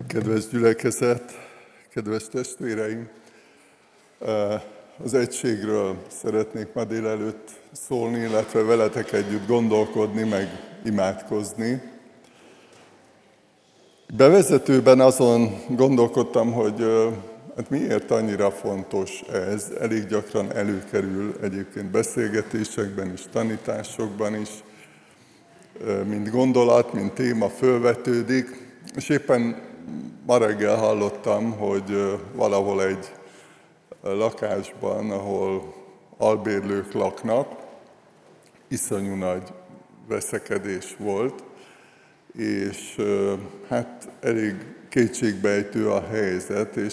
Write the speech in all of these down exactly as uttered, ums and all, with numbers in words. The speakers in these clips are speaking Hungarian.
Kedves gyülekezet, kedves testvéreim! Az egységről szeretnék ma délelőtt szólni, illetve veletek együtt gondolkodni, meg imádkozni. Bevezetőben azon gondolkodtam, hogy hát miért annyira fontos ez. Elég gyakran előkerül egyébként beszélgetésekben is, tanításokban is, mint gondolat, mint téma fölvetődik. És éppen ma reggel hallottam, hogy valahol egy lakásban, ahol albérlők laknak, iszonyú nagy veszekedés volt, és hát elég kétségbejtő a helyzet, és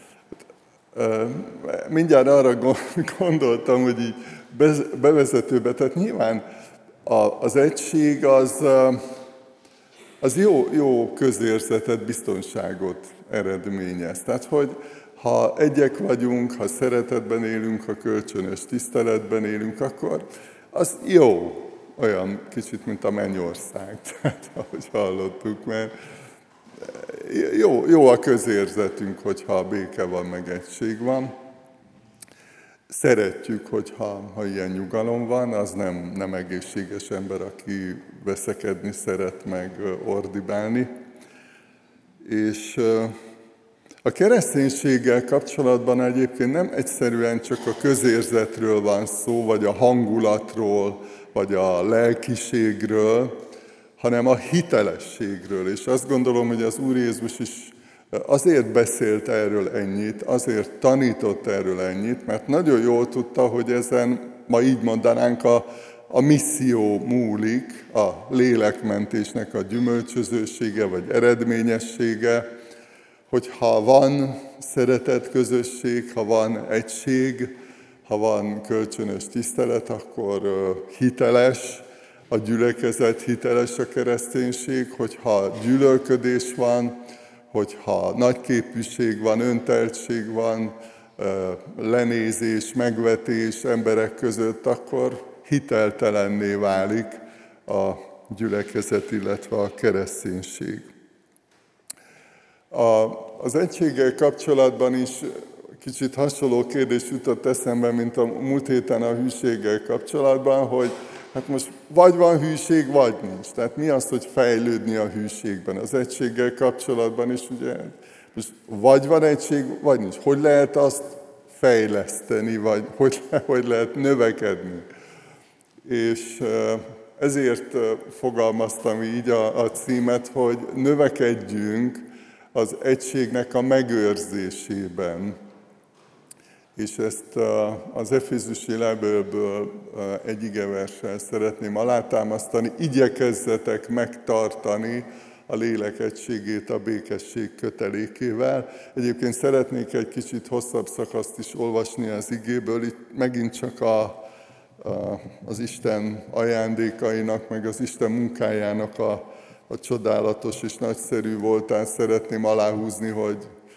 mindjárt arra gondoltam, hogy így bevezetőbe, tehát nyilván az egység az, az jó, jó közérzetet, biztonságot eredményez. Tehát, hogy ha egyek vagyunk, ha szeretetben élünk, ha kölcsönös tiszteletben élünk, akkor az jó, olyan kicsit, mint a mennyország, tehát ahogy hallottuk, mert jó, jó a közérzetünk, hogyha béke van, meg egység van. Szeretjük, hogyha ha ilyen nyugalom van, az nem, nem egészséges ember, aki veszekedni szeret, meg ordibálni. És a kereszténységgel kapcsolatban egyébként nem egyszerűen csak a közérzetről van szó, vagy a hangulatról, vagy a lelkiségről, hanem a hitelességről. És azt gondolom, hogy az Úr Jézus is azért beszélt erről ennyit, azért tanított erről ennyit, mert nagyon jól tudta, hogy ezen, ma így mondanánk, a, a misszió múlik, a lélekmentésnek a gyümölcsözősége, vagy eredményessége, hogy ha van szeretet közösség, ha van egység, ha van kölcsönös tisztelet, akkor hiteles a gyülekezet, hiteles a kereszténység, hogyha gyűlölködés van, hogyha nagyképűség van, önteltség van, lenézés, megvetés emberek között, akkor hiteltelenné válik a gyülekezet, illetve a kereszténység. A, az egységgel kapcsolatban is kicsit hasonló kérdés jutott eszembe, mint a múlt héten a hűséggel kapcsolatban, hogy hát most vagy van hűség, vagy nincs. Tehát mi az, hogy fejlődni a hűségben? Az egységgel kapcsolatban is ugye, most vagy van egység, vagy nincs. Hogy lehet azt fejleszteni, vagy hogy, hogy lehet növekedni? És ezért fogalmaztam így a, a címet, hogy növekedjünk az egységnek a megőrzésében. És ezt az Efézusi levélből egy igeverssel szeretném alátámasztani. Igyekezzetek megtartani a lélek egységét a békesség kötelékével. Egyébként szeretnék egy kicsit hosszabb szakaszt is olvasni az igéből. Itt megint csak a, a, az Isten ajándékainak, meg az Isten munkájának a, a csodálatos és nagyszerű voltát szeretném aláhúzni, hogy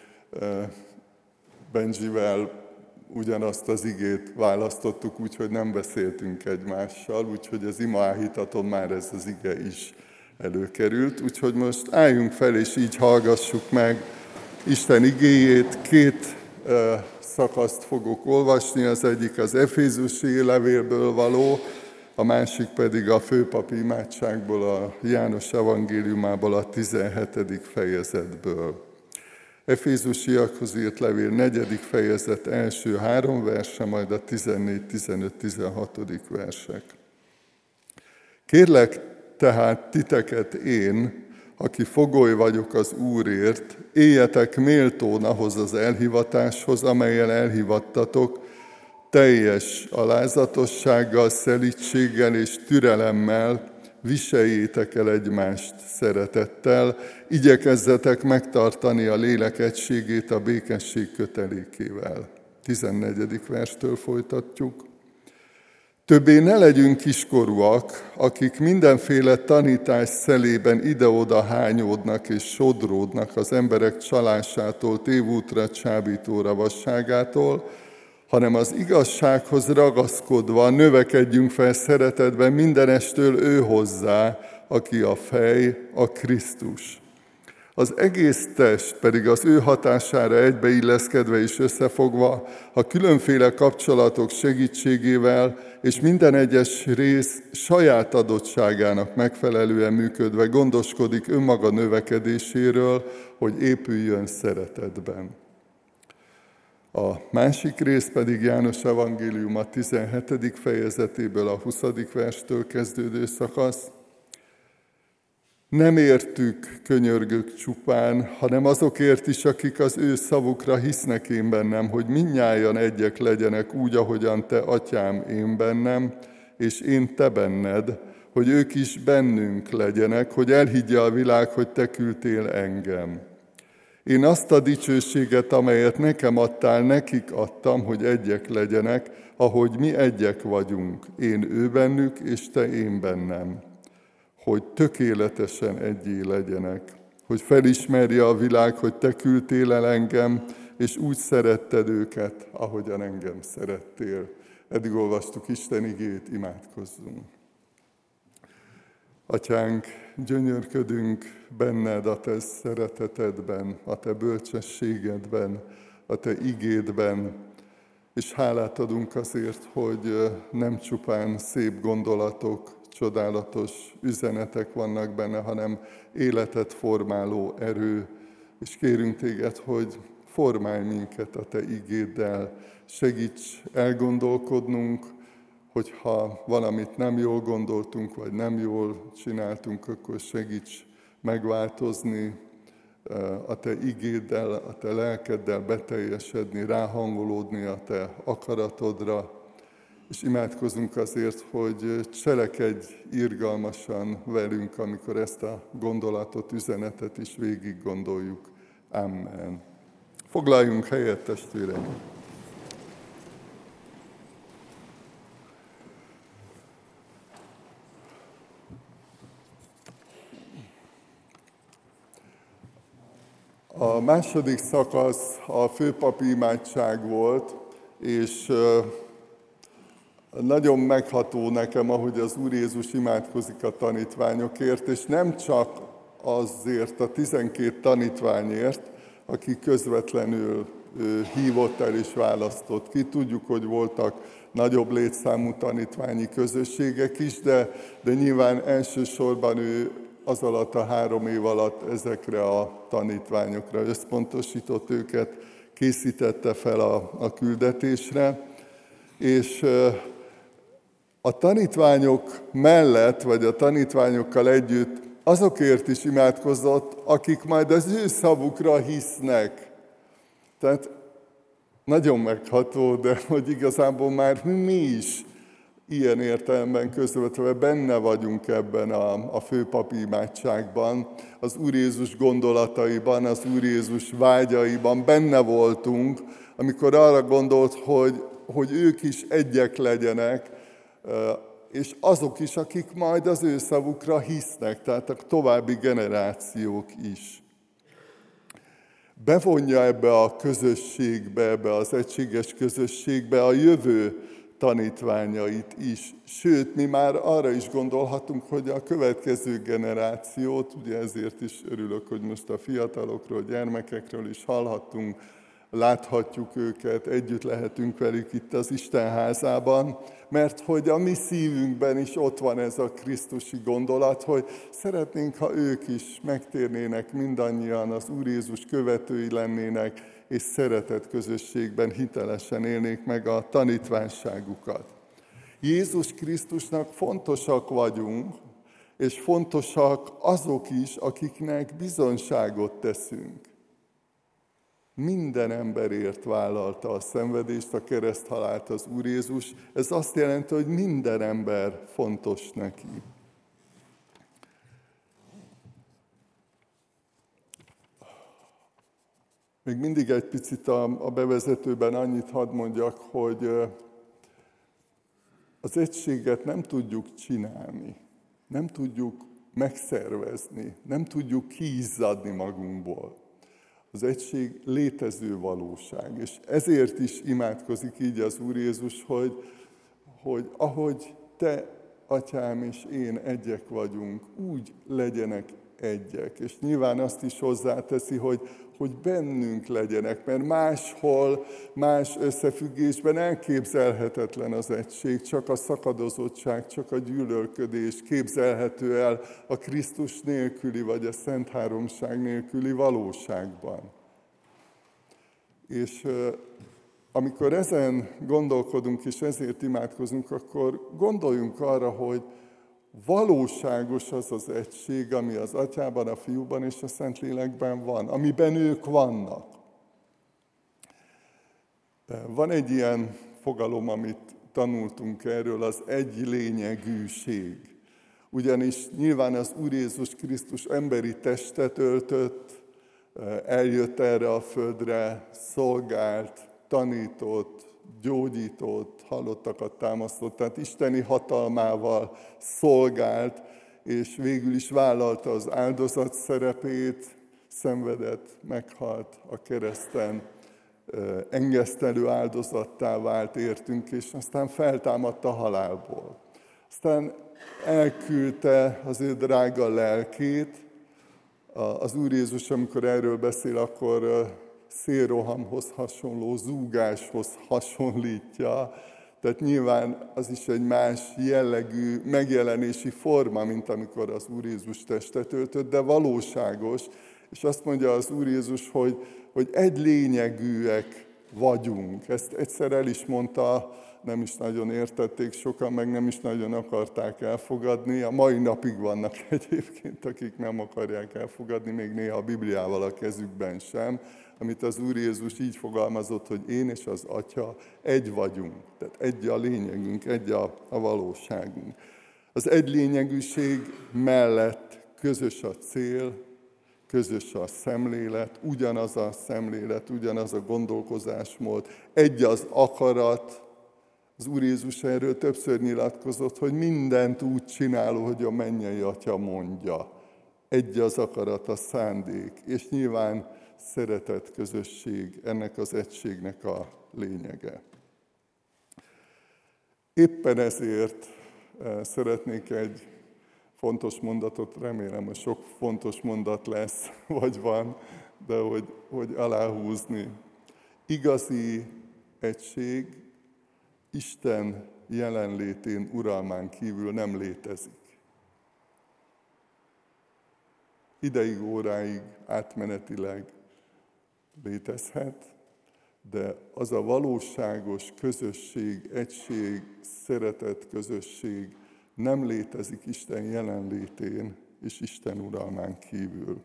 Benjivel ugyanazt az igét választottuk, úgyhogy nem beszéltünk egymással, úgyhogy az ima áhítaton már ez az ige is előkerült. Úgyhogy most álljunk fel, és így hallgassuk meg Isten igéjét. Két uh, szakaszt fogok olvasni, az egyik az Efézusi levélből való, a másik pedig a főpapi imádságból, a János evangéliumából, a tizenhetedik fejezetből. Efézusiakhoz írt levél negyedik fejezet első három verse, majd a tizennégy, tizenöt, tizenhatodik versek. Kérlek tehát titeket én, aki fogoly vagyok az Úrért, éljetek méltón ahhoz az elhivatáshoz, amellyel elhivattatok, teljes alázatossággal, szelídséggel és türelemmel, viseljétek el egymást szeretettel, igyekezzetek megtartani a lélek egységét a békesség kötelékével. tizennegyedik verstől folytatjuk. Többé ne legyünk kiskorúak, akik mindenféle tanítás szelében ide-oda hányódnak és sodródnak az emberek csalásától, tévútra csábító ravasságától, hanem az igazsághoz ragaszkodva növekedjünk fel szeretetben mindenestől ő hozzá, aki a fej, a Krisztus. Az egész test pedig az ő hatására egybeilleszkedve és összefogva, a különféle kapcsolatok segítségével és minden egyes rész saját adottságának megfelelően működve gondoskodik önmaga növekedéséről, hogy épüljön szeretetben. A másik rész pedig János evangéliuma tizenhetedik fejezetéből, a huszadik verstől kezdődő szakasz. Nem értük, könyörgök csupán, hanem azokért is, akik az ő szavukra hisznek én bennem, hogy mindnyájan egyek legyenek úgy, ahogyan te, atyám, én bennem, és én te benned, hogy ők is bennünk legyenek, hogy elhiggye a világ, hogy te küldtél engem. Én azt a dicsőséget, amelyet nekem adtál, nekik adtam, hogy egyek legyenek, ahogy mi egyek vagyunk, én ő bennük, és te én bennem. Hogy tökéletesen egyé legyenek, hogy felismerje a világ, hogy te küldtél el engem, és úgy szeretted őket, ahogyan engem szerettél. Eddig olvastuk Isten igét, imádkozzunk. Atyánk, gyönyörködünk benned a te szeretetedben, a te bölcsességedben, a te igédben, és hálát adunk azért, hogy nem csupán szép gondolatok, csodálatos üzenetek vannak benne, hanem életet formáló erő, és kérünk téged, hogy formálj minket a te igéddel, segíts elgondolkodnunk, hogyha valamit nem jól gondoltunk, vagy nem jól csináltunk, akkor segíts megváltozni, a te igéddel, a te lelkeddel beteljesedni, ráhangolódni a te akaratodra, és imádkozunk azért, hogy cselekedj irgalmasan velünk, amikor ezt a gondolatot, üzenetet is végig gondoljuk. Amen. Foglaljunk helyet, testvérem! A második szakasz a főpapi imádság volt, és nagyon megható nekem, ahogy az Úr Jézus imádkozik a tanítványokért, és nem csak azért a tizenkét tanítványért, aki közvetlenül hívott el és választott ki. Tudjuk, hogy voltak nagyobb létszámú tanítványi közösségek is, de, de nyilván elsősorban ő az alatt a három év alatt ezekre a tanítványokra összpontosított őket, készítette fel a, a küldetésre, és a tanítványok mellett, vagy a tanítványokkal együtt azokért is imádkozott, akik majd az ő szavukra hisznek. Tehát nagyon megható, de hogy igazából már mi is ilyen értelemben közvetve benne vagyunk ebben a, a főpapi imádságban, az Úr Jézus gondolataiban, az Úr Jézus vágyaiban benne voltunk, amikor arra gondolt, hogy, hogy ők is egyek legyenek, és azok is, akik majd az ő szavukra hisznek, tehát a további generációk is. Bevonja ebbe a közösségbe, ebbe az egységes közösségbe a jövő tanítványait is. Sőt, mi már arra is gondolhatunk, hogy a következő generációt, ugye ezért is örülök, hogy most a fiatalokról, gyermekekről is hallhattunk, láthatjuk őket, együtt lehetünk velük itt az Isten házában, mert hogy a mi szívünkben is ott van ez a krisztusi gondolat, hogy szeretnénk, ha ők is megtérnének mindannyian, az Úr Jézus követői lennének, és szeretett közösségben hitelesen élnék meg a tanítványságukat. Jézus Krisztusnak fontosak vagyunk, és fontosak azok is, akiknek bizonyságot teszünk. Minden emberért vállalta a szenvedést, a kereszthalált az Úr Jézus. Ez azt jelenti, hogy minden ember fontos neki. Még mindig egy picit a bevezetőben annyit hadd mondjak, hogy az egységet nem tudjuk csinálni, nem tudjuk megszervezni, nem tudjuk kiizzadni magunkból. Az egység létező valóság, és ezért is imádkozik így az Úr Jézus, hogy, hogy ahogy te, atyám és én egyek vagyunk, úgy legyenek egyek. És nyilván azt is hozzáteszi, hogy, hogy bennünk legyenek, mert máshol, más összefüggésben elképzelhetetlen az egység, csak a szakadozottság, csak a gyűlölködés képzelhető el a Krisztus nélküli, vagy a Szent Háromság nélküli valóságban. És amikor ezen gondolkodunk, és ezért imádkozunk, akkor gondoljunk arra, hogy valóságos az az egység, ami az Atyában, a Fiúban és a Szentlélekben van, amiben ők vannak. Van egy ilyen fogalom, amit tanultunk erről, az egy lényegűség. Ugyanis nyilván az Úr Jézus Krisztus emberi testet öltött, eljött erre a földre, szolgált, tanított, gyógyított, halottakat támasztott, tehát isteni hatalmával szolgált, és végül is vállalta az áldozat szerepét, szenvedett, meghalt a kereszten, engesztelő áldozattá vált értünk, és aztán feltámadt a halálból. Aztán elküldte az ő drága lelkét. Az Úr Jézus, amikor erről beszél, akkor szélrohamhoz hasonló zúgáshoz hasonlítja. Tehát nyilván az is egy más jellegű megjelenési forma, mint amikor az Úr Jézus testet öltött, de valóságos. És azt mondja az Úr Jézus, hogy, hogy egy lényegűek vagyunk. Ezt egyszer el is mondta, nem is nagyon értették sokan, meg nem is nagyon akarták elfogadni. A mai napig vannak egyébként, akik nem akarják elfogadni, még néha a Bibliával a kezükben sem, amit az Úr Jézus így fogalmazott, hogy én és az Atya egy vagyunk. Tehát egy a lényegünk, egy a, a valóságunk. Az egy lényegűség mellett közös a cél, közös a szemlélet, ugyanaz a szemlélet, ugyanaz a gondolkozásmód, egy az akarat. Az Úr Jézus erről többször nyilatkozott, hogy mindent úgy csinál, hogy a mennyei Atya mondja. Egy az akarat, a szándék, és nyilván szeretet, közösség, ennek az egységnek a lényege. Éppen ezért szeretnék egy fontos mondatot, remélem, hogy sok fontos mondat lesz, vagy van, de hogy, hogy aláhúzni. Igazi egység Isten jelenlétén, uralmán kívül nem létezik. Ideig, óráig, átmenetileg létezhet, de az a valóságos közösség, egység, szeretet közösség nem létezik Isten jelenlétén és Isten uralmán kívül.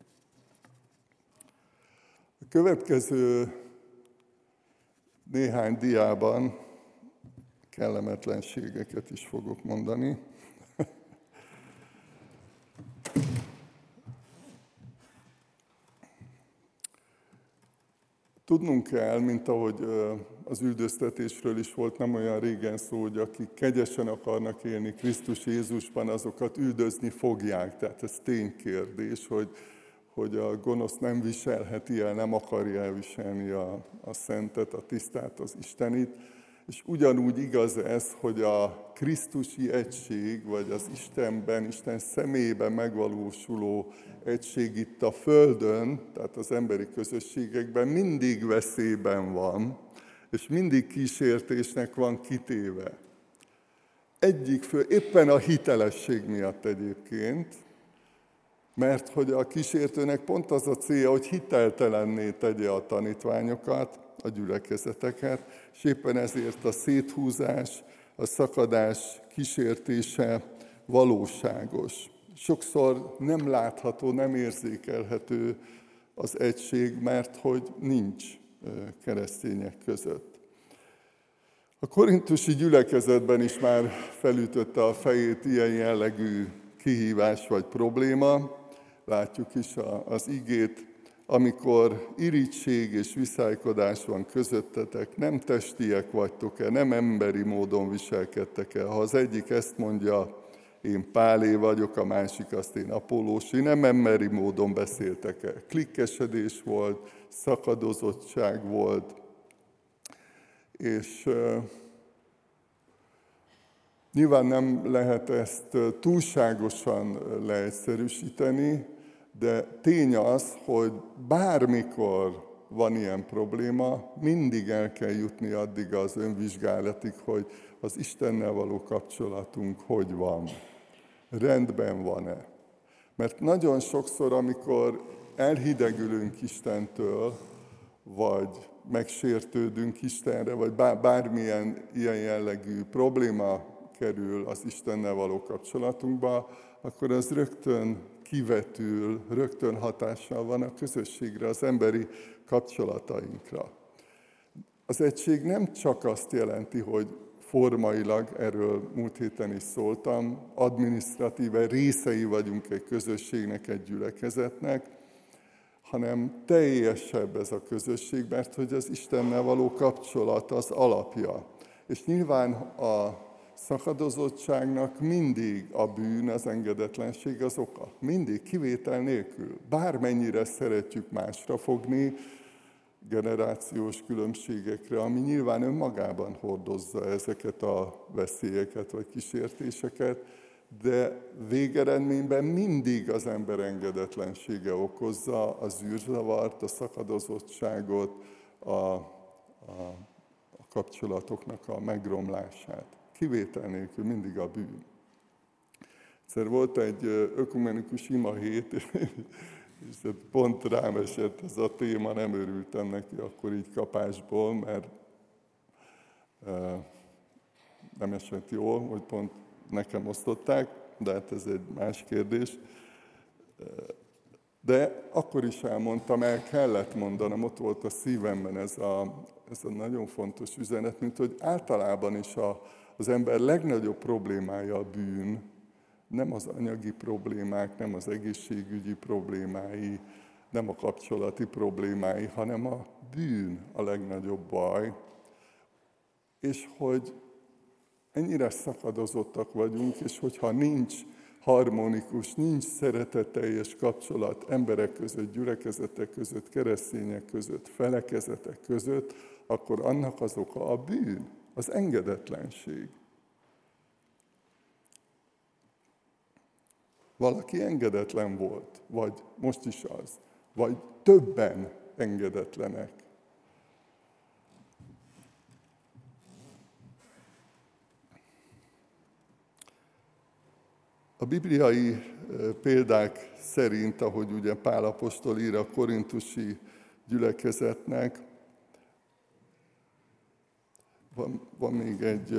A következő néhány diában kellemetlenségeket is fogok mondani. Tudnunk kell, mint ahogy az üldöztetésről is volt nem olyan régen szó, hogy akik kegyesen akarnak élni Krisztus Jézusban, azokat üldözni fogják. Tehát ez ténykérdés, hogy, hogy a gonosz nem viselheti el, nem akarja elviselni a, a szentet, a tisztát, az Istenit. És ugyanúgy igaz ez, hogy a krisztusi egység, vagy az Istenben, Isten személyében megvalósuló egység itt a Földön, tehát az emberi közösségekben mindig veszélyben van, és mindig kísértésnek van kitéve. Egyik fő, éppen a hitelesség miatt egyébként, mert hogy a kísértőnek pont az a célja, hogy hiteltelenné tegye a tanítványokat, a gyülekezeteket, és éppen ezért a széthúzás, a szakadás kísértése valóságos. Sokszor nem látható, nem érzékelhető az egység, mert hogy nincs keresztények között. A korintusi gyülekezetben is már felütötte a fejét ilyen jellegű kihívás vagy probléma. Látjuk is az igét, amikor irigység és viszálykodás van közöttetek, nem testiek vagytok-e, nem emberi módon viselkedtek-e. Ha az egyik ezt mondja, én Pálé vagyok, a másik azt én Apollósi, nem emberi módon beszéltek-e. Klikkesedés volt, szakadozottság volt, és Nyilván nem lehet ezt túlságosan leegyszerűsíteni, de tény az, hogy bármikor van ilyen probléma, mindig el kell jutni addig az önvizsgálatig, hogy az Istennel való kapcsolatunk hogy van, rendben van-e. Mert nagyon sokszor, amikor elhidegülünk Istentől, vagy megsértődünk Istenre, vagy bármilyen ilyen jellegű probléma kerül az Istennel való kapcsolatunkba, akkor az rögtön kivetül, rögtön hatással van a közösségre, az emberi kapcsolatainkra. Az egység nem csak azt jelenti, hogy formailag, erről múlt héten is szóltam, adminisztratíve részei vagyunk egy közösségnek, egy gyülekezetnek, hanem teljesebb ez a közösség, mert hogy az Istennel való kapcsolat az alapja. És nyilván a szakadozottságnak mindig a bűn, az engedetlenség az oka. Mindig, kivétel nélkül. Bármennyire szeretjük másra fogni, generációs különbségekre, ami nyilván önmagában hordozza ezeket a veszélyeket vagy kísértéseket, de végeredményben mindig az ember engedetlensége okozza a zűrzavart, a szakadozottságot, a, a, a kapcsolatoknak a megromlását. Kivétel nélkül mindig a bűn. Egyszer volt egy ökumenikus imahét, és pont rám esett ez a téma, nem örültem neki akkor így kapásból, mert nem esett jól, hogy pont nekem osztották, de hát ez egy más kérdés. De akkor is elmondtam, el kellett mondanom, ott volt a szívemben ez a, ez a nagyon fontos üzenet, mint hogy általában is a, az ember legnagyobb problémája a bűn, nem az anyagi problémák, nem az egészségügyi problémái, nem a kapcsolati problémái, hanem a bűn a legnagyobb baj. És hogy ennyire szakadozottak vagyunk, és hogyha nincs harmonikus, nincs szeretetteljes kapcsolat emberek között, gyülekezetek között, keresztények között, felekezetek között, akkor annak az oka a bűn, az engedetlenség. Valaki engedetlen volt, vagy most is az, vagy többen engedetlenek. A bibliai példák szerint, ahogy ugye Pál apostol ír a korintusi gyülekezetnek, van, van még egy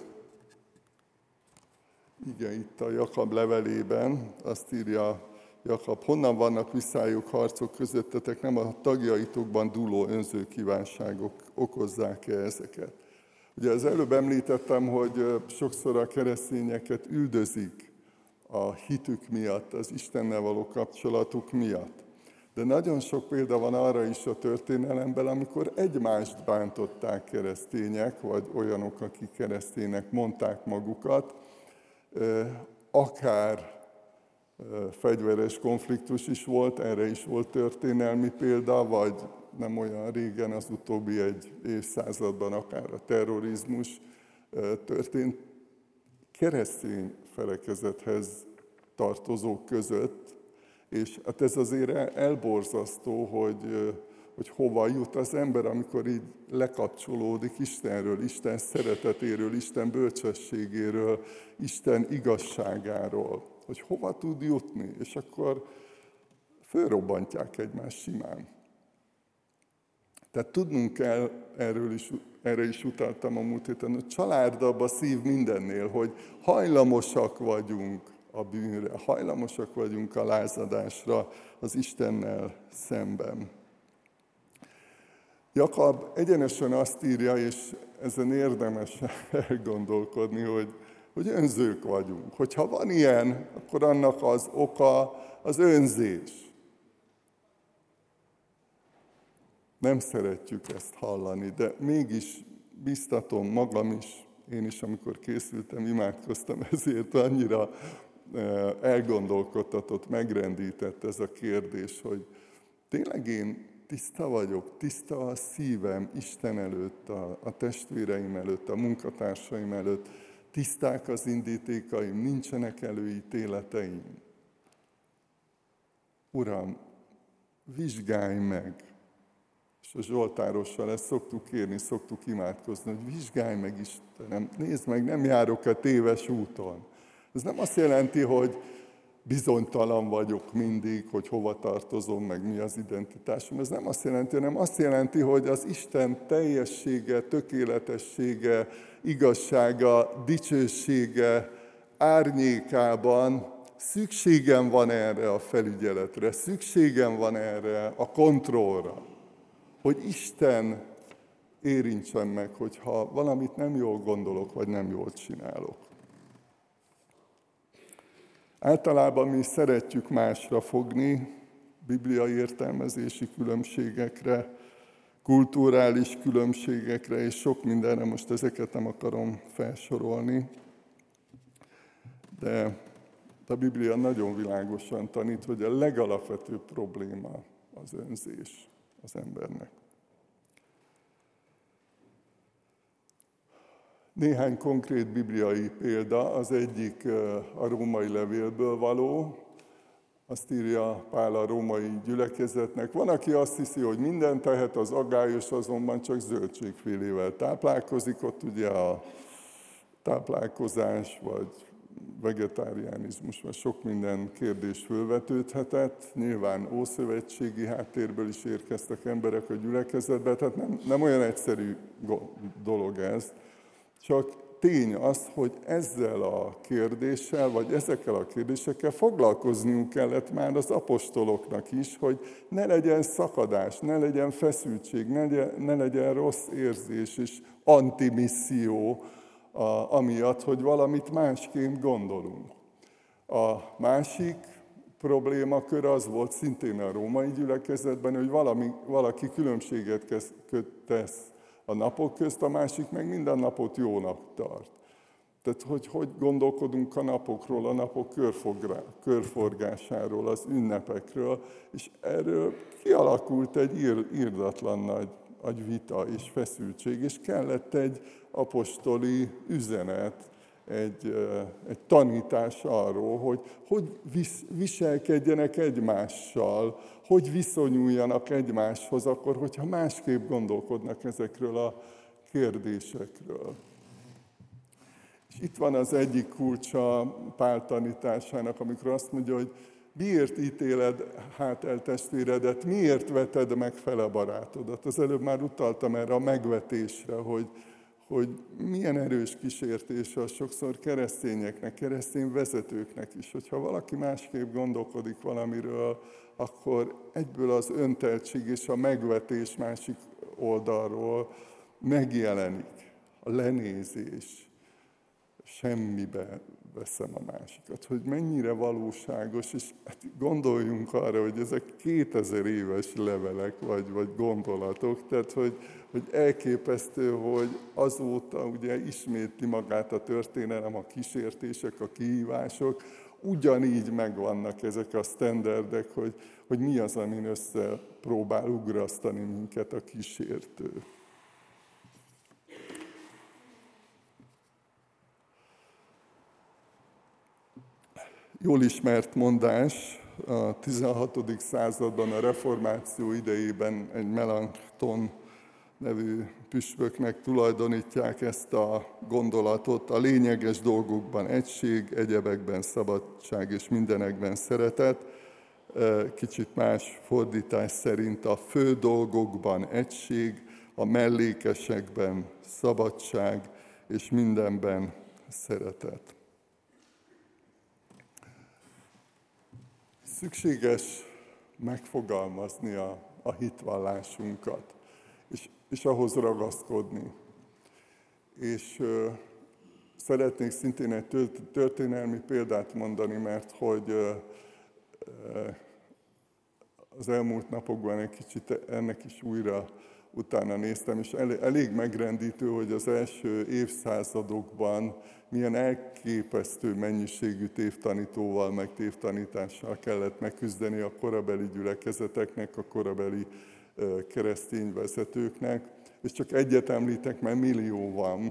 ige itt a Jakab levelében, azt írja Jakab, honnan vannak visszájuk harcok közöttetek, nem a tagjaitokban dúló önző kívánságok okozzák-e ezeket? Ugye az előbb említettem, hogy sokszor a keresztényeket üldözik a hitük miatt, az Istennel való kapcsolatuk miatt. De nagyon sok példa van arra is a történelemben, amikor egymást bántották keresztények, vagy olyanok, akik kereszténynek mondták magukat, akár fegyveres konfliktus is volt, erre is volt történelmi példa, vagy nem olyan régen, az utóbbi egy évszázadban akár a terrorizmus történt keresztény felekezethez tartozók között, és hát ez azért elborzasztó, hogy, hogy hova jut az ember, amikor így lekapcsolódik Istenről, Isten szeretetéről, Isten bölcsességéről, Isten igazságáról, hogy hova tud jutni, és akkor fölrobbantják egymást simán. Tehát tudnunk kell, erről is, erre is utaltam a múlt héten, hogy családab a szív mindennél, hogy hajlamosak vagyunk a bűnre, hajlamosak vagyunk a lázadásra az Istennel szemben. Jakab egyenesen azt írja, és ezen érdemes elgondolkodni, hogy, hogy önzők vagyunk. Hogyha van ilyen, akkor annak az oka az önzés. Nem szeretjük ezt hallani, de mégis biztatom magam is, én is, amikor készültem, imádkoztam ezért, annyira elgondolkodtatott, megrendített ez a kérdés, hogy tényleg én tiszta vagyok, tiszta a szívem Isten előtt, a, a testvéreim előtt, a munkatársaim előtt, tiszták az indítékaim, nincsenek előítéleteim. Uram, vizsgálj meg! És a Zsoltárossal ezt szoktuk kérni, szoktuk imádkozni, hogy vizsgálj meg, Istenem, nézd meg, nem járok a téves úton. Ez nem azt jelenti, hogy bizonytalan vagyok mindig, hogy hova tartozom, meg mi az identitásom. Ez nem azt jelenti, hanem azt jelenti, hogy az Isten teljessége, tökéletessége, igazsága, dicsősége árnyékában szükségem van erre a felügyeletre, szükségem van erre a kontrollra, hogy Isten érintsen meg, hogyha valamit nem jól gondolok, vagy nem jól csinálok. Általában mi szeretjük másra fogni, bibliai értelmezési különbségekre, kulturális különbségekre, és sok mindenre, most ezeket nem akarom felsorolni, de a Biblia nagyon világosan tanít, hogy a legalapvetőbb probléma az önzés az embernek. Néhány konkrét bibliai példa, az egyik a római levélből való, azt írja Pál a római gyülekezetnek. Van, aki azt hiszi, hogy mindent tehet, az aggályos azonban csak zöldségfélével táplálkozik, ott ugye a táplálkozás, vagy vegetáriánizmus, vagy sok minden kérdés fölvetődhetett. Nyilván ószövetségi háttérből is érkeztek emberek a gyülekezetbe, tehát nem, nem olyan egyszerű dolog ez. Csak tény az, hogy ezzel a kérdéssel, vagy ezekkel a kérdésekkel foglalkozniuk kellett már az apostoloknak is, hogy ne legyen szakadás, ne legyen feszültség, ne legyen, ne legyen rossz érzés és antimisszió, A, amiatt, hogy valamit másként gondolunk. A másik problémakör az volt szintén a római gyülekezetben, hogy valami, valaki különbséget tesz a napok közt, a másik meg minden napot jónak tart. Tehát, hogy hogy gondolkodunk a napokról, a napok körforgásáról, az ünnepekről, és erről kialakult egy ír, írdatlan nagy nagy vita és feszültség, és kellett egy apostoli üzenet, egy, egy tanítás arról, hogy hogy viselkedjenek egymással, hogy viszonyuljanak egymáshoz akkor, hogyha másképp gondolkodnak ezekről a kérdésekről. És itt van az egyik kulcsa Pál tanításának, amikor azt mondja, hogy miért ítéled hát el testvéredet, miért veted meg fele barátodat? Az előbb már utaltam erre a megvetésre, hogy, hogy milyen erős kísértés az sokszor keresztényeknek, keresztény vezetőknek is. Hogyha valaki másképp gondolkodik valamiről, akkor egyből az önteltség és a megvetés másik oldalról megjelenik. A lenézés, semmibe veszem a másikat, hogy mennyire valóságos, és hát gondoljunk arra, hogy ezek kétezer éves levelek, vagy, vagy gondolatok, tehát hogy, hogy elképesztő, hogy azóta ugye ismétli magát a történelem, a kísértések, a kihívások, ugyanígy megvannak ezek a sztenderdek, hogy, hogy mi az, amin össze próbál ugrasztani minket a kísértő. Jól ismert mondás, a tizenhatodik században a reformáció idejében egy Melankton nevű püspöknek tulajdonítják ezt a gondolatot. A lényeges dolgokban egység, egyebekben szabadság és mindenekben szeretet. Kicsit más fordítás szerint a fő dolgokban egység, a mellékesekben szabadság és mindenben szeretet. Szükséges megfogalmazni a, a hitvallásunkat, és, és ahhoz ragaszkodni. És ö, szeretnék szintén egy történelmi példát mondani, mert hogy ö, ö, az elmúlt napokban egy kicsit ennek is újra utána néztem, és elég, elég megrendítő, hogy az első évszázadokban milyen elképesztő mennyiségű tévtanítóval, meg tévtanítással kellett megküzdeni a korabeli gyülekezeteknek, a korabeli keresztény vezetőknek, és csak egyet említek, mert millió van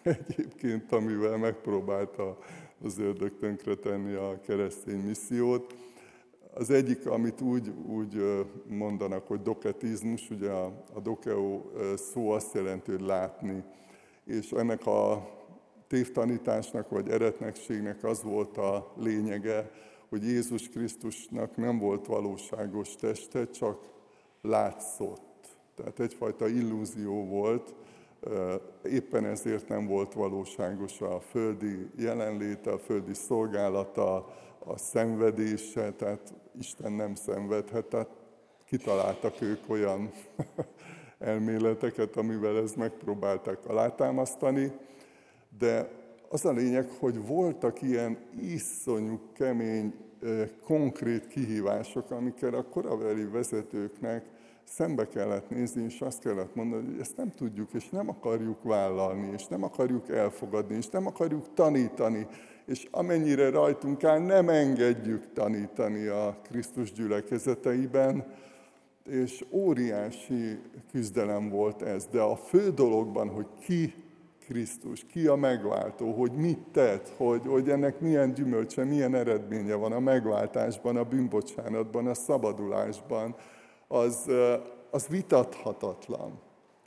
egyébként, amivel megpróbálta az ördög tönkretenni a keresztény missziót. Az egyik, amit úgy, úgy mondanak, hogy doketizmus, ugye a, a dokeo szó azt jelenti, hogy látni, és ennek a tévtanításnak vagy eretnekségnek az volt a lényege, hogy Jézus Krisztusnak nem volt valóságos teste, csak látszott. Tehát egyfajta illúzió volt, éppen ezért nem volt valóságos a földi jelenléte, a földi szolgálata, a szenvedése, tehát Isten nem szenvedhet, tehát kitaláltak ők olyan elméleteket, amivel ezt megpróbálták alátámasztani, de az a lényeg, hogy voltak ilyen iszonyú kemény, konkrét kihívások, amikkel a korabeli vezetőknek szembe kellett nézni, és azt kellett mondani, hogy ezt nem tudjuk, és nem akarjuk vállalni, és nem akarjuk elfogadni, és nem akarjuk tanítani, és amennyire rajtunk áll, nem engedjük tanítani a Krisztus gyülekezeteiben, és óriási küzdelem volt ez. De a fő dologban, hogy ki Krisztus, ki a megváltó, hogy mit tett, hogy, hogy ennek milyen gyümölcse, milyen eredménye van a megváltásban, a bűnbocsánatban, a szabadulásban, az, az vitathatatlan.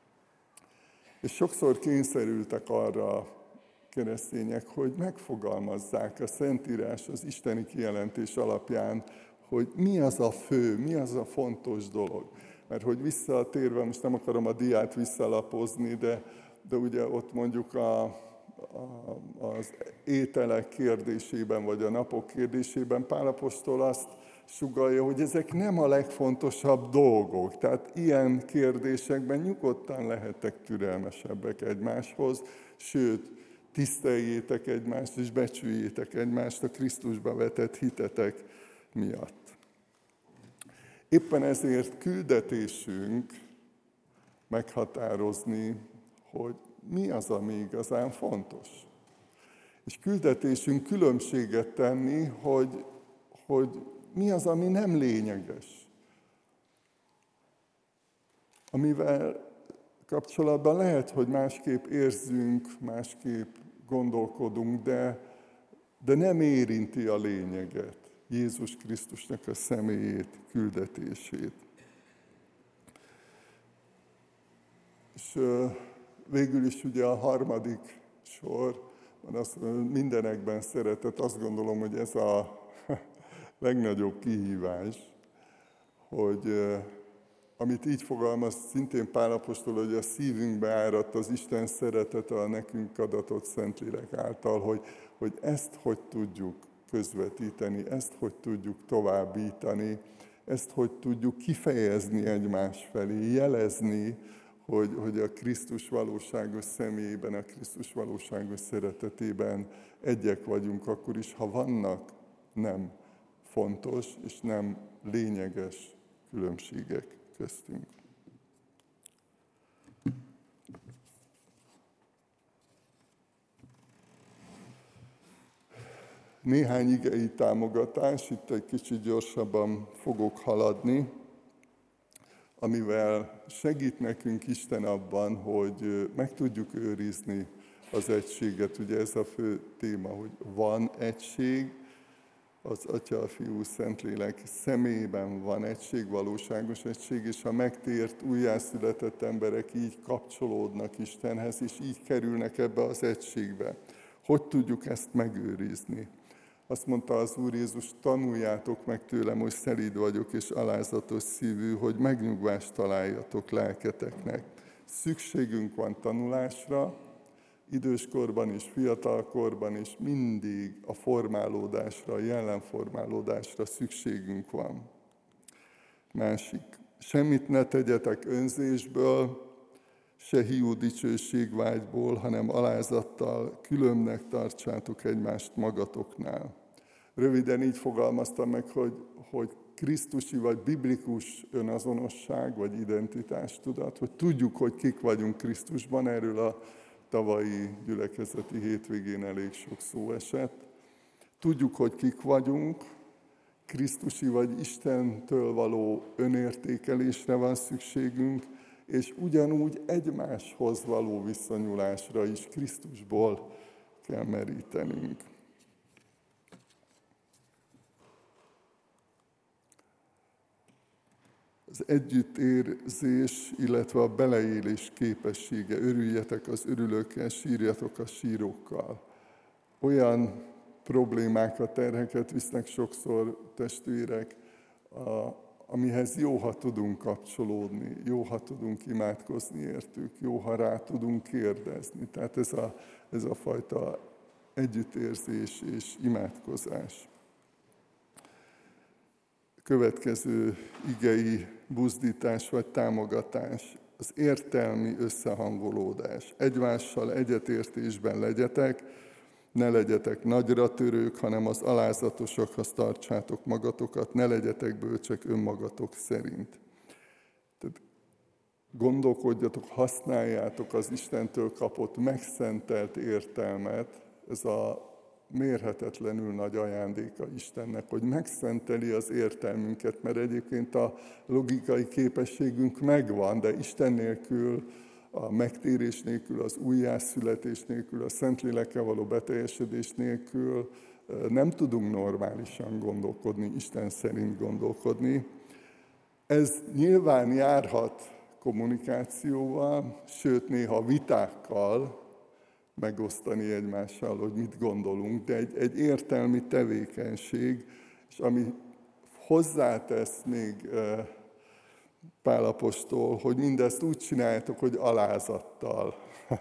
És sokszor kényszerültek arra a keresztények, hogy megfogalmazzák a Szentírás, az isteni kijelentés alapján, hogy mi az a fő, mi az a fontos dolog. Mert hogy visszatérve, most nem akarom a diát visszalapozni, de, de ugye ott mondjuk a, a, az ételek kérdésében, vagy a napok kérdésében Pál apostol azt sugallja, hogy ezek nem a legfontosabb dolgok. Tehát ilyen kérdésekben nyugodtan lehetek türelmesebbek egymáshoz, sőt, tiszteljétek egymást, és becsüljétek egymást a Krisztusba vetett hitetek miatt. Éppen ezért küldetésünk meghatározni, hogy mi az, ami igazán fontos. És küldetésünk különbséget tenni, hogy, hogy mi az, ami nem lényeges. Amivel kapcsolatban lehet, hogy másképp érzünk, másképp gondolkodunk, de, de nem érinti a lényeget, Jézus Krisztusnak a személyét, küldetését. És végül is ugye a harmadik sor, van az, mindenekben szeretet, azt gondolom, hogy ez a legnagyobb kihívás, hogy amit így fogalmaz szintén Pál apostol, hogy a szívünkbe áradt az Isten szeretete a nekünk adatott Szentlélek által, hogy, hogy ezt hogy tudjuk közvetíteni, ezt hogy tudjuk továbbítani, ezt hogy tudjuk kifejezni egymás felé, jelezni, hogy, hogy a Krisztus valóságos személyében, a Krisztus valóságos szeretetében egyek vagyunk, akkor is, ha vannak nem fontos és nem lényeges különbségek köztünk. Néhány igei támogatás, itt egy kicsit gyorsabban fogok haladni, amivel segít nekünk Isten abban, hogy meg tudjuk őrizni az egységet. Ugye ez a fő téma, hogy van egység, az Atya, a Fiú, Szentlélek személyében van egység, valóságos egység, és a megtért, újjászületett emberek így kapcsolódnak Istenhez, és így kerülnek ebbe az egységbe. Hogy tudjuk ezt megőrizni? Azt mondta az Úr Jézus, tanuljátok meg tőlem, hogy szelíd vagyok és alázatos szívű, hogy megnyugvást találjatok lelketeknek. Szükségünk van tanulásra, időskorban is, fiatalkorban is mindig a formálódásra, a jelenformálódásra szükségünk van. Másik, semmit ne tegyetek önzésből, se hiú dicsőségvágyból, hanem alázattal különbnek tartsátok egymást magatoknál. Röviden így fogalmaztam meg, hogy, hogy krisztusi vagy biblikus önazonosság vagy identitástudat, hogy tudjuk, hogy kik vagyunk Krisztusban, erről a tavalyi gyülekezeti hétvégén elég sok szó esett. Tudjuk, hogy kik vagyunk, krisztusi vagy Istentől való önértékelésre van szükségünk, és ugyanúgy egymáshoz való viszonyulásra is Krisztusból kell merítenünk. Az együttérzés, illetve a beleélés képessége. Örüljetek az örülőkkel, sírjatok a sírókkal. Olyan problémákat, terheket visznek sokszor testvérek, amihez jó, ha tudunk kapcsolódni, jó, ha tudunk imádkozni értük, jó, ha rá tudunk kérdezni. Tehát ez a, ez a fajta együttérzés és imádkozás. Következő igei buzdítás vagy támogatás, az értelmi összehangolódás. Egymással egyetértésben legyetek, ne legyetek nagyra törők, hanem az alázatosakhoz tartsátok magatokat, ne legyetek bölcsek önmagatok szerint. Tehát gondolkodjatok, használjátok az Istentől kapott megszentelt értelmet, ez a mérhetetlenül nagy ajándéka Istennek, hogy megszenteli az értelmünket, mert egyébként a logikai képességünk megvan, de Isten nélkül, a megtérés nélkül, az újjászületés nélkül, a Szentlélekkel való beteljesedés nélkül nem tudunk normálisan gondolkodni, Isten szerint gondolkodni. Ez nyilván járhat kommunikációval, sőt néha vitákkal, megosztani egymással, hogy mit gondolunk, de egy, egy értelmi tevékenység, és ami hozzátesz még Pál apostol, hogy mindezt úgy csináljátok, hogy alázattal.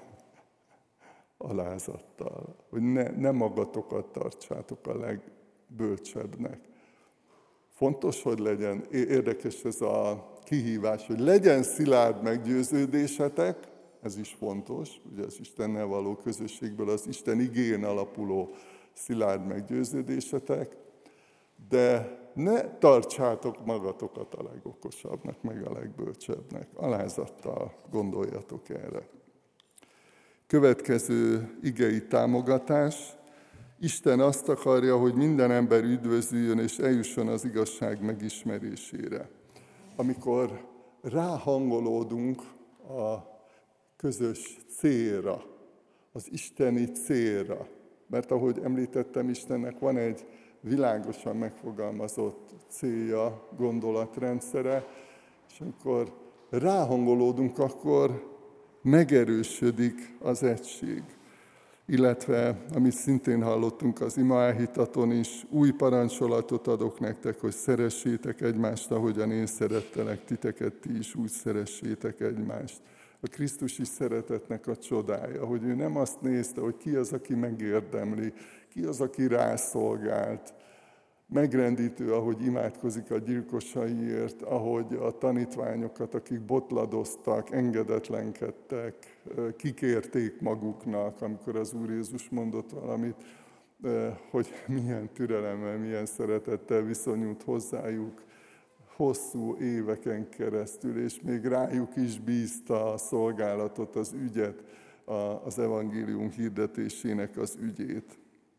alázattal. Hogy ne, ne magatokat tartsátok a legbölcsebbnek. Fontos, hogy legyen, érdekes ez a kihívás, hogy legyen szilárd meggyőződésetek, ez is fontos, ugye az Istennel való közösségből az Isten igén alapuló szilárd meggyőződésetek, de ne tartsátok magatokat a legokosabbnak, meg a legbölcsebbnek. Alázattal gondoljatok erre. Következő igei támogatás. Isten azt akarja, hogy minden ember üdvözüljön és eljusson az igazság megismerésére. Amikor ráhangolódunk a közös célra, az isteni célra. Mert ahogy említettem, Istennek van egy világosan megfogalmazott célja, gondolatrendszere, és amikor ráhangolódunk, akkor megerősödik az egység. Illetve, amit szintén hallottunk az ima áhítaton is, új parancsolatot adok nektek, hogy szeressétek egymást, ahogyan én szerettelek titeket, ti is úgy szeressétek egymást. A krisztusi szeretetnek a csodája, hogy ő nem azt nézte, hogy ki az, aki megérdemli, ki az, aki rászolgált. Megrendítő, ahogy imádkozik a gyilkosaiért, ahogy a tanítványokat, akik botladoztak, engedetlenkedtek, kikérték maguknak, amikor az Úr Jézus mondott valamit, hogy milyen türelemmel, milyen szeretettel viszonyult hozzájuk hosszú éveken keresztül, és még rájuk is bízta a szolgálatot, az ügyet, az evangélium hirdetésének az ügyét.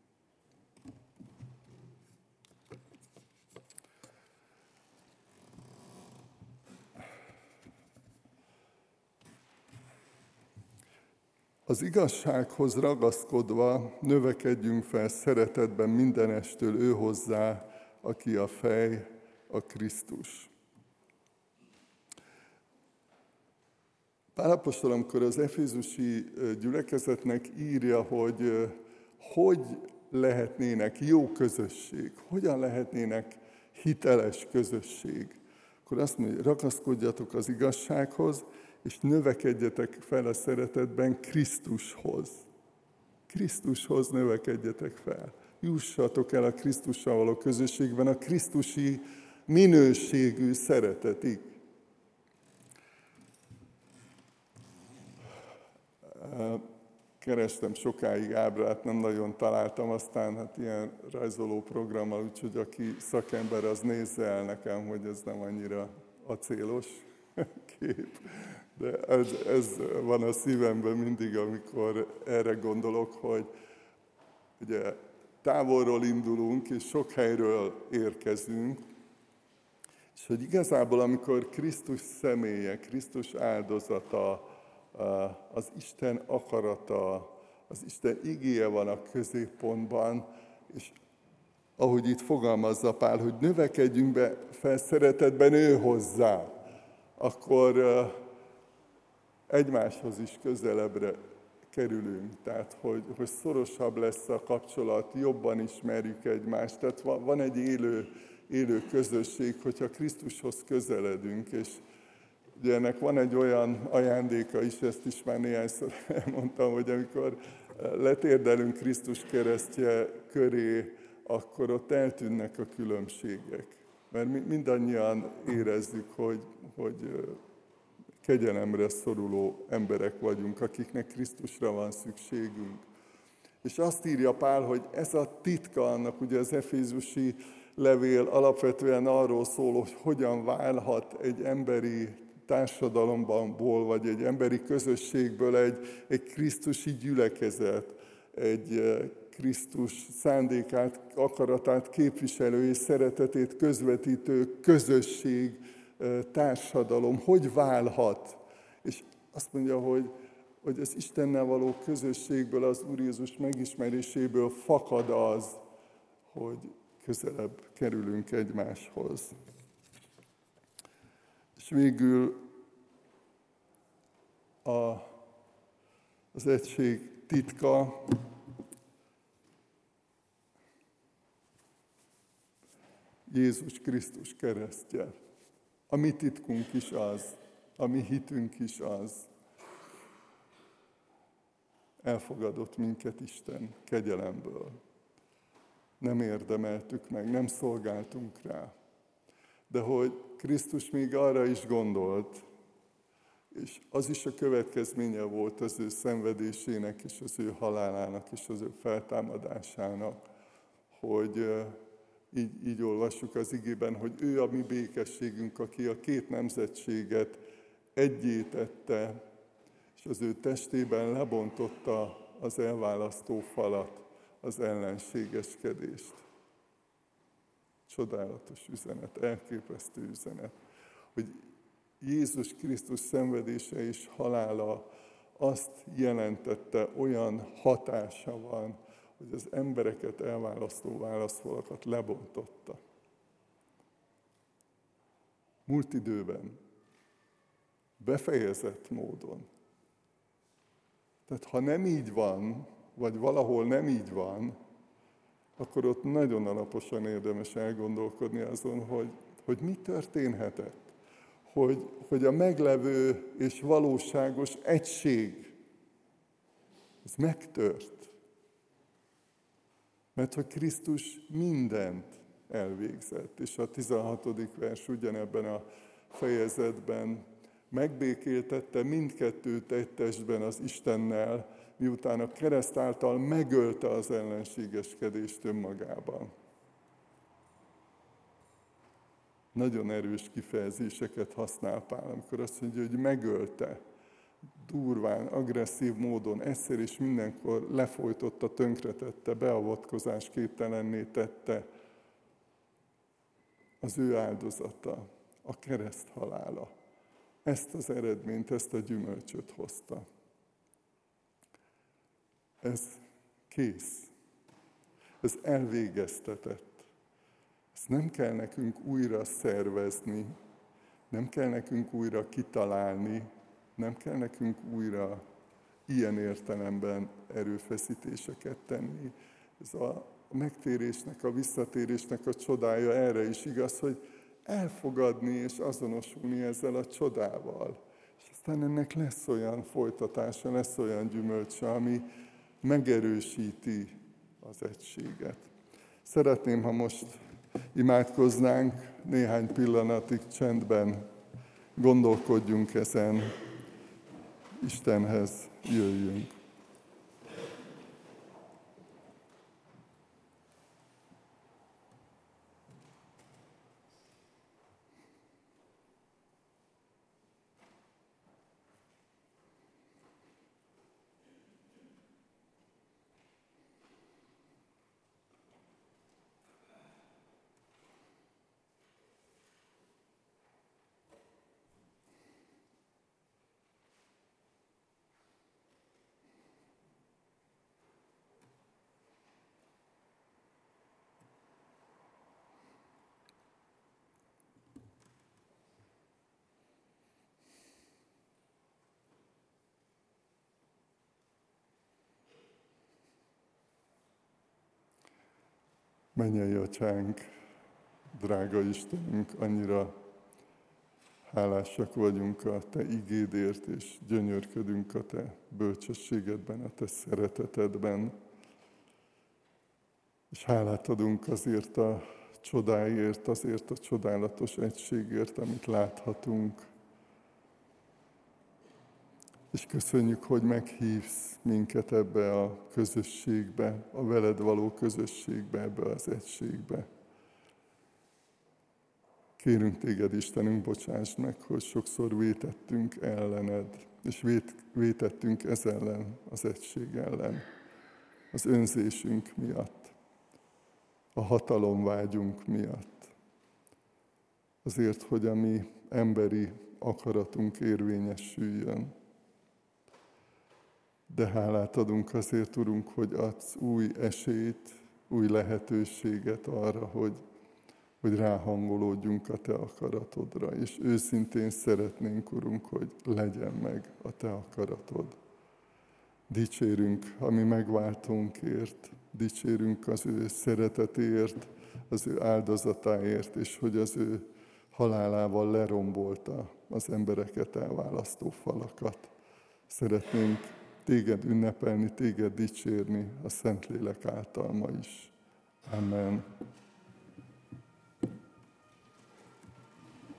Az igazsághoz ragaszkodva növekedjünk fel szeretetben mindenestől ő hozzá, aki a fej, a Krisztus. Pál apostol, amikor az efézusi gyülekezetnek írja, hogy hogy lehetnének jó közösség, hogyan lehetnének hiteles közösség, akkor azt mondja, hogy ragaszkodjatok az igazsághoz, és növekedjetek fel a szeretetben Krisztushoz. Krisztushoz növekedjetek fel. Jussatok el a Krisztussal való közösségben a krisztusi minőségű szeretetig. Kerestem sokáig ábrát, nem nagyon találtam, aztán hát ilyen rajzoló programmal, úgyhogy aki szakember, az nézze el nekem, hogy ez nem annyira acélos kép. De ez, ez van a szívemben mindig, amikor erre gondolok, hogy ugye távolról indulunk, és sok helyről érkezünk, És hogy igazából, amikor Krisztus személye, Krisztus áldozata, az Isten akarata, az Isten igéje van a középpontban, és ahogy itt fogalmazza Pál, hogy növekedjünk be fel szeretetben ő hozzá, akkor egymáshoz is közelebbre kerülünk. Tehát, hogy, hogy szorosabb lesz a kapcsolat, jobban ismerjük egymást. Tehát van, van egy élő, élő közösség, hogyha Krisztushoz közeledünk, és ugye ennek van egy olyan ajándéka is, ezt is már néhányszor elmondtam, hogy amikor letérdelünk Krisztus keresztje köré, akkor ott eltűnnek a különbségek. Mert mindannyian érezzük, hogy, hogy kegyelemre szoruló emberek vagyunk, akiknek Krisztusra van szükségünk. És azt írja Pál, hogy ez a titka annak, ugye az efézusi levél alapvetően arról szól, hogy hogyan válhat egy emberi társadalomból, vagy egy emberi közösségből egy, egy krisztusi gyülekezet, egy Krisztus szándékát, akaratát képviselő és szeretetét közvetítő közösség, társadalom, hogy válhat. És azt mondja, hogy, hogy az Istennel való közösségből, az Úr Jézus megismeréséből fakad az, hogy közelebb kerülünk egymáshoz. És végül a, az egység titka, Jézus Krisztus keresztje. A mi titkunk is az, a mi hitünk is az. Elfogadott minket Isten kegyelemből. Nem érdemeltük meg, nem szolgáltunk rá. De hogy Krisztus még arra is gondolt, és az is a következménye volt az ő szenvedésének, és az ő halálának, és az ő feltámadásának, hogy így, így olvassuk az igében, hogy ő a mi békességünk, aki a két nemzetséget egyé tette, és az ő testében lebontotta az elválasztó falat, az ellenségeskedést. Csodálatos üzenet, elképesztő üzenet, hogy Jézus Krisztus szenvedése és halála azt jelentette, olyan hatása van, hogy az embereket elválasztó válaszfalakat lebontotta. Múlt időben, befejezett módon. Tehát ha nem így van, vagy valahol nem így van, akkor ott nagyon alaposan érdemes elgondolkodni azon, hogy, hogy mi történhetett. Hogy, hogy a meglevő és valóságos egység, ez megtört. Mert hogy Krisztus mindent elvégzett, és a tizenhatodik vers ugyanebben a fejezetben megbékéltette mindkettőt egy testben az Istennel, miután a kereszt által megölte az ellenségeskedést önmagában. Nagyon erős kifejezéseket használ Pál, amikor azt mondja, hogy megölte, durván, agresszív módon, egyszer és mindenkor lefolytotta, tönkretette, beavatkozás képtelenné tette az ő áldozata, a kereszt halála. Ezt az eredményt, ezt a gyümölcsöt hozta. Ez kész. Ez elvégeztetett. Ezt nem kell nekünk újra szervezni, nem kell nekünk újra kitalálni, nem kell nekünk újra ilyen értelemben erőfeszítéseket tenni. Ez a megtérésnek, a visszatérésnek a csodája erre is igaz, hogy elfogadni és azonosulni ezzel a csodával. És aztán ennek lesz olyan folytatása, lesz olyan gyümölcse, ami megerősíti az egységet. Szeretném, ha most imádkoznánk, néhány pillanatig csendben gondolkodjunk ezen, Istenhez jöjjünk. Mennyei Atyánk, drága Istenünk, annyira hálásak vagyunk a Te igédért, és gyönyörködünk a Te bölcsességedben, a Te szeretetedben. És hálát adunk azért a csodáért, azért a csodálatos egységért, amit láthatunk. És köszönjük, hogy meghívsz minket ebbe a közösségbe, a veled való közösségbe, ebbe az egységbe. Kérünk téged, Istenünk, bocsáss meg, hogy sokszor vétettünk ellened, és vét, vétettünk ez ellen, az egység ellen, az önzésünk miatt, a hatalomvágyunk miatt. Azért, hogy a mi emberi akaratunk érvényesüljön. De hálát adunk azért, Urunk, hogy adsz új esélyt, új lehetőséget arra, hogy, hogy ráhangolódjunk a Te akaratodra. És őszintén szeretnénk, Urunk, hogy legyen meg a Te akaratod. Dicsérünk a mi megváltónkért, dicsérünk az ő szeretetéért, az ő áldozatáért, és hogy az ő halálával lerombolta az embereket elválasztó falakat. Szeretnénk téged ünnepelni, téged dicsérni a Szentlélek által ma is. Amen.